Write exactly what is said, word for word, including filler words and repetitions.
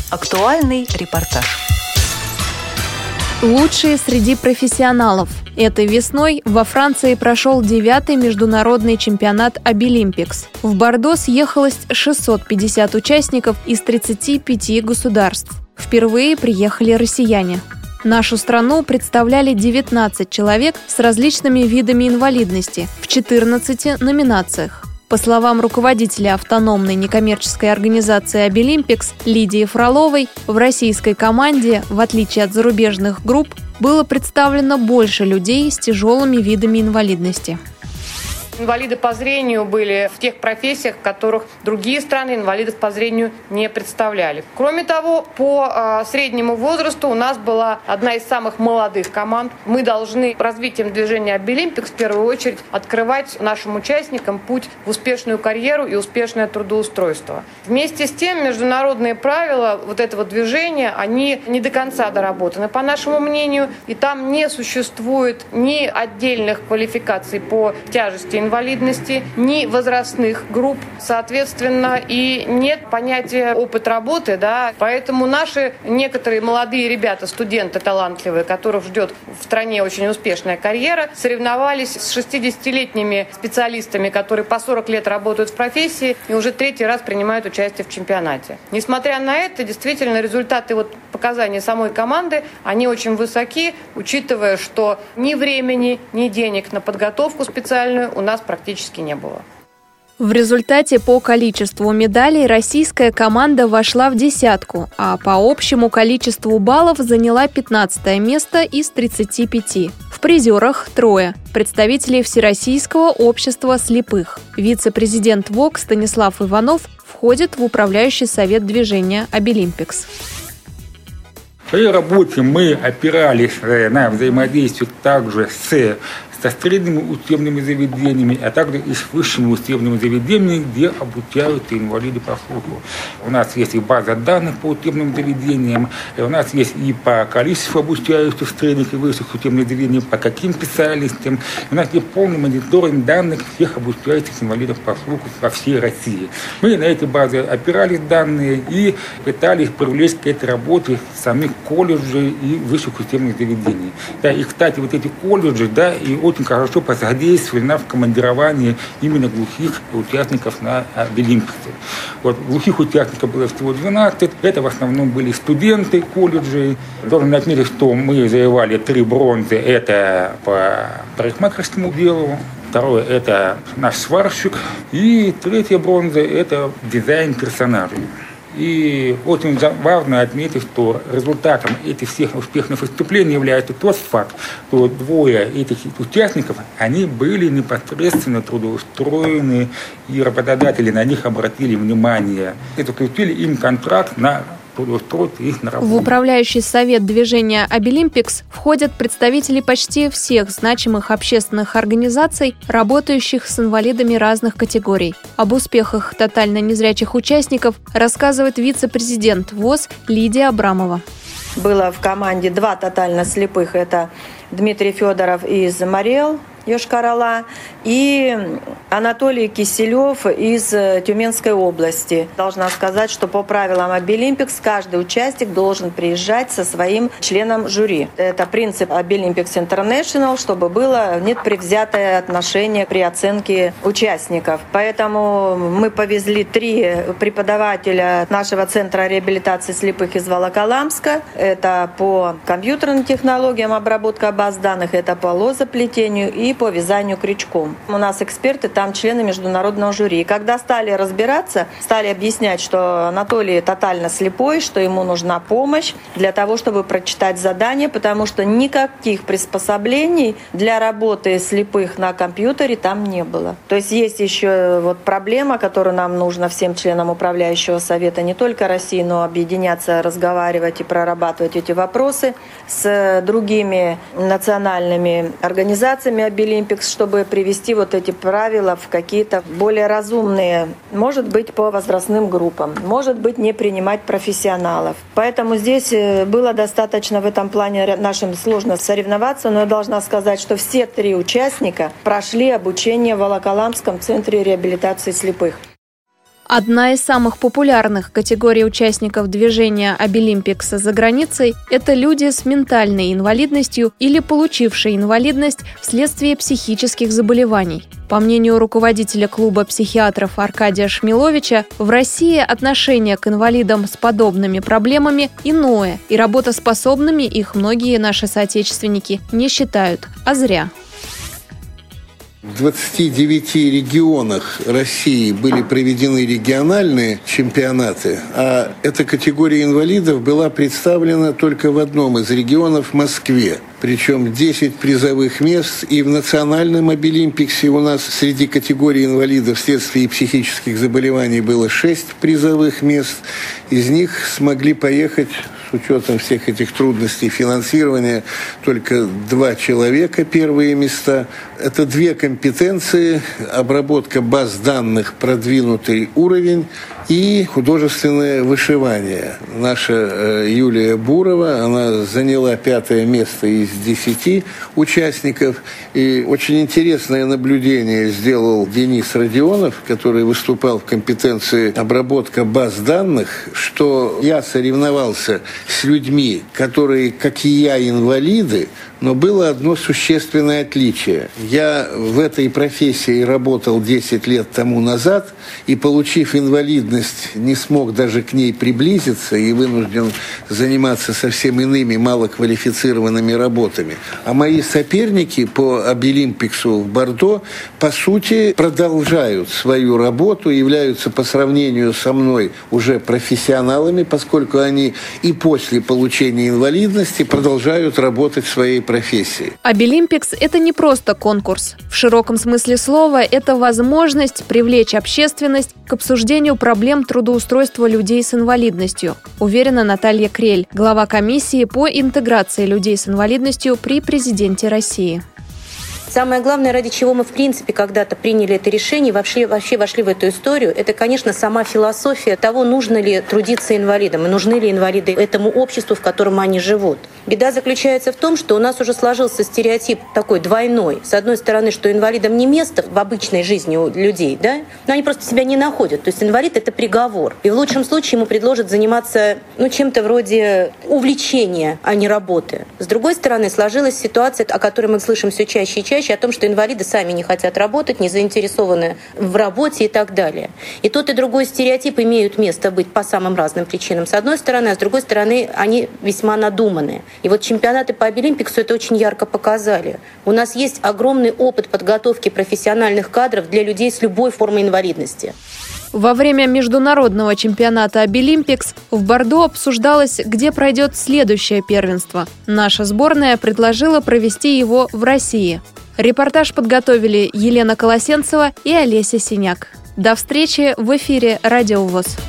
Актуальный репортаж. Лучшие среди профессионалов. Этой весной во Франции прошел девятый международный чемпионат Обилимпикс. В Бордо съехалось шестьсот пятьдесят участников из тридцати пяти государств. Впервые приехали россияне. Нашу страну представляли девятнадцать человек с различными видами инвалидности в четырнадцати номинациях. По словам руководителя автономной некоммерческой организации «Обилимпикс» Лидии Фроловой, в российской команде, в отличие от зарубежных групп, было представлено больше людей с тяжелыми видами инвалидности. Инвалиды по зрению были в тех профессиях, в которых другие страны инвалидов по зрению не представляли. Кроме того, по э, среднему возрасту у нас была одна из самых молодых команд. Мы должны развитием движения Обилимпикс в первую очередь открывать нашим участникам путь в успешную карьеру и успешное трудоустройство. Вместе с тем, международные правила вот этого движения, они не до конца доработаны, по нашему мнению, и там не существует ни отдельных квалификаций по тяжести инвалидности, ни возрастных групп, соответственно, и нет понятия опыт работы, да, поэтому наши некоторые молодые ребята, студенты талантливые, которых ждет в стране очень успешная карьера, соревновались с шестидесятилетними специалистами, которые по сорок лет работают в профессии и уже третий раз принимают участие в чемпионате. Несмотря на это, действительно, результаты вот показаний самой команды, они очень высоки, учитывая, что ни времени, ни денег на подготовку специальную у нас практически не было. В результате по количеству медалей российская команда вошла в десятку, а по общему количеству баллов заняла пятнадцатое место из тридцати пяти. В призерах трое – представители Всероссийского общества слепых. Вице-президент ВОК Станислав Иванов входит в управляющий совет движения Обилимпикс. При работе мы опирались на взаимодействие также с со средними учебными заведениями, а также и с высшими учебными заведениями, где обучаются инвалиды по слуху. У нас есть и база данных по учебным заведениям, и у нас есть и по количеству обучающихся средних и высших учебных заведений, по каким специальностям. У нас есть полный мониторинг данных всех обучающихся инвалидов по слуху во всей России. Мы на эти базы опирались данные и пытались привлечь к этой работе самих колледжей и высших учебных заведений. Да, и, кстати, вот эти колледжи, да, и очень хорошо посодействовали нам в командировании именно глухих участников на Обилимпиксе. Вот, глухих участников было всего двенадцать. Это в основном были студенты колледжей. Должен отметить, что мы завоевали три бронзы. Это по парикмахерскому делу. Второе – это наш сварщик. И третья бронза – это дизайн персонажей. И очень важно отметить, что результатом этих всех успешных выступлений является тот факт, что двое этих участников, они были непосредственно трудоустроены, и работодатели на них обратили внимание. И заключили им контракт на их на работу. В управляющий совет движения Обилимпикс входят представители почти всех значимых общественных организаций, работающих с инвалидами разных категорий. Об успехах тотально незрячих участников рассказывает вице-президент ВОС Лидия Абрамова. Было в команде два тотально слепых. Это Дмитрий Федоров из Марел, Йошкар-Ола, и Анатолий Киселев из Тюменской области. Должна сказать, что по правилам Обилимпикс каждый участник должен приезжать со своим членом жюри. Это принцип Обилимпикс Интернешнл, чтобы было непредвзятое отношение при оценке участников. Поэтому мы повезли три преподавателя нашего центра реабилитации слепых из Волоколамска. Это по компьютерным технологиям обработка баз данных, это по лозоплетению и по вязанию крючком. У нас эксперты, там члены международного жюри. И когда стали разбираться, стали объяснять, что Анатолий тотально слепой, что ему нужна помощь для того, чтобы прочитать задание, потому что никаких приспособлений для работы слепых на компьютере там не было. То есть есть еще вот проблема, которую нам нужно всем членам управляющего совета не только России, но объединяться, разговаривать и прорабатывать эти вопросы с другими национальными организациями Обилимпикс, чтобы привести вот эти правила в какие-то более разумные, может быть, по возрастным группам, может быть, не принимать профессионалов. Поэтому здесь было достаточно в этом плане нашим сложно соревноваться, но я должна сказать, что все три участника прошли обучение в Волоколамском центре реабилитации слепых. Одна из самых популярных категорий участников движения Обилимпикса за границей – это люди с ментальной инвалидностью или получившие инвалидность вследствие психических заболеваний. По мнению руководителя клуба психиатров Аркадия Шмиловича, в России отношение к инвалидам с подобными проблемами иное, и работоспособными их многие наши соотечественники не считают, а зря. В двадцати девяти регионах России были проведены региональные чемпионаты, а эта категория инвалидов была представлена только в одном из регионов – в Москве. Причем десять призовых мест, и в национальном Обилимпиксе у нас среди категорий инвалидов вследствие психических заболеваний было шесть призовых мест. Из них смогли поехать, с учетом всех этих трудностей финансирования, только два человека первые места. Это две компетенции: обработка баз данных, продвинутый уровень, и художественное вышивание. Наша э, Юлия Бурова, она заняла пятое место из десяти участников. И очень интересное наблюдение сделал Денис Родионов, который выступал в компетенции обработка баз данных, что я соревновался с людьми, которые, как и я, инвалиды, но было одно существенное отличие. Я в этой профессии работал десять лет тому назад, и, получив инвалидность, не смог даже к ней приблизиться и вынужден заниматься совсем иными малоквалифицированными работами. А мои соперники по Обилимпиксу в Бордо, по сути, продолжают свою работу, являются по сравнению со мной уже профессионалами, поскольку они и после получения инвалидности продолжают работать в своей профессии. Обилимпикс – это не просто конкурс. В широком смысле слова это возможность привлечь общественность к обсуждению проблем трудоустройства людей с инвалидностью, уверена Наталья Крель, глава комиссии по интеграции людей с инвалидностью при президенте России. Самое главное, ради чего мы, в принципе, когда-то приняли это решение, вообще, вообще вошли в эту историю, это, конечно, сама философия того, нужно ли трудиться инвалидам, и нужны ли инвалиды этому обществу, в котором они живут. Беда заключается в том, что у нас уже сложился стереотип такой двойной. С одной стороны, что инвалидам не место в обычной жизни у людей, да, но они просто себя не находят. То есть инвалид – это приговор. И в лучшем случае ему предложат заниматься ну, чем-то вроде увлечения, а не работы. С другой стороны, сложилась ситуация, о которой мы слышим все чаще и чаще, о том, что инвалиды сами не хотят работать, не заинтересованы в работе и так далее. И тот и другой стереотип имеют место быть по самым разным причинам, с одной стороны, а с другой стороны, они весьма надуманные. И вот чемпионаты по Обилимпиксу это очень ярко показали. У нас есть огромный опыт подготовки профессиональных кадров для людей с любой формой инвалидности. Во время международного чемпионата Обилимпикс в Бордо обсуждалось, где пройдет следующее первенство. Наша сборная предложила провести его в России. Репортаж подготовили Елена Колосенцева и Олеся Синяк. До встречи в эфире «Радио ВОС».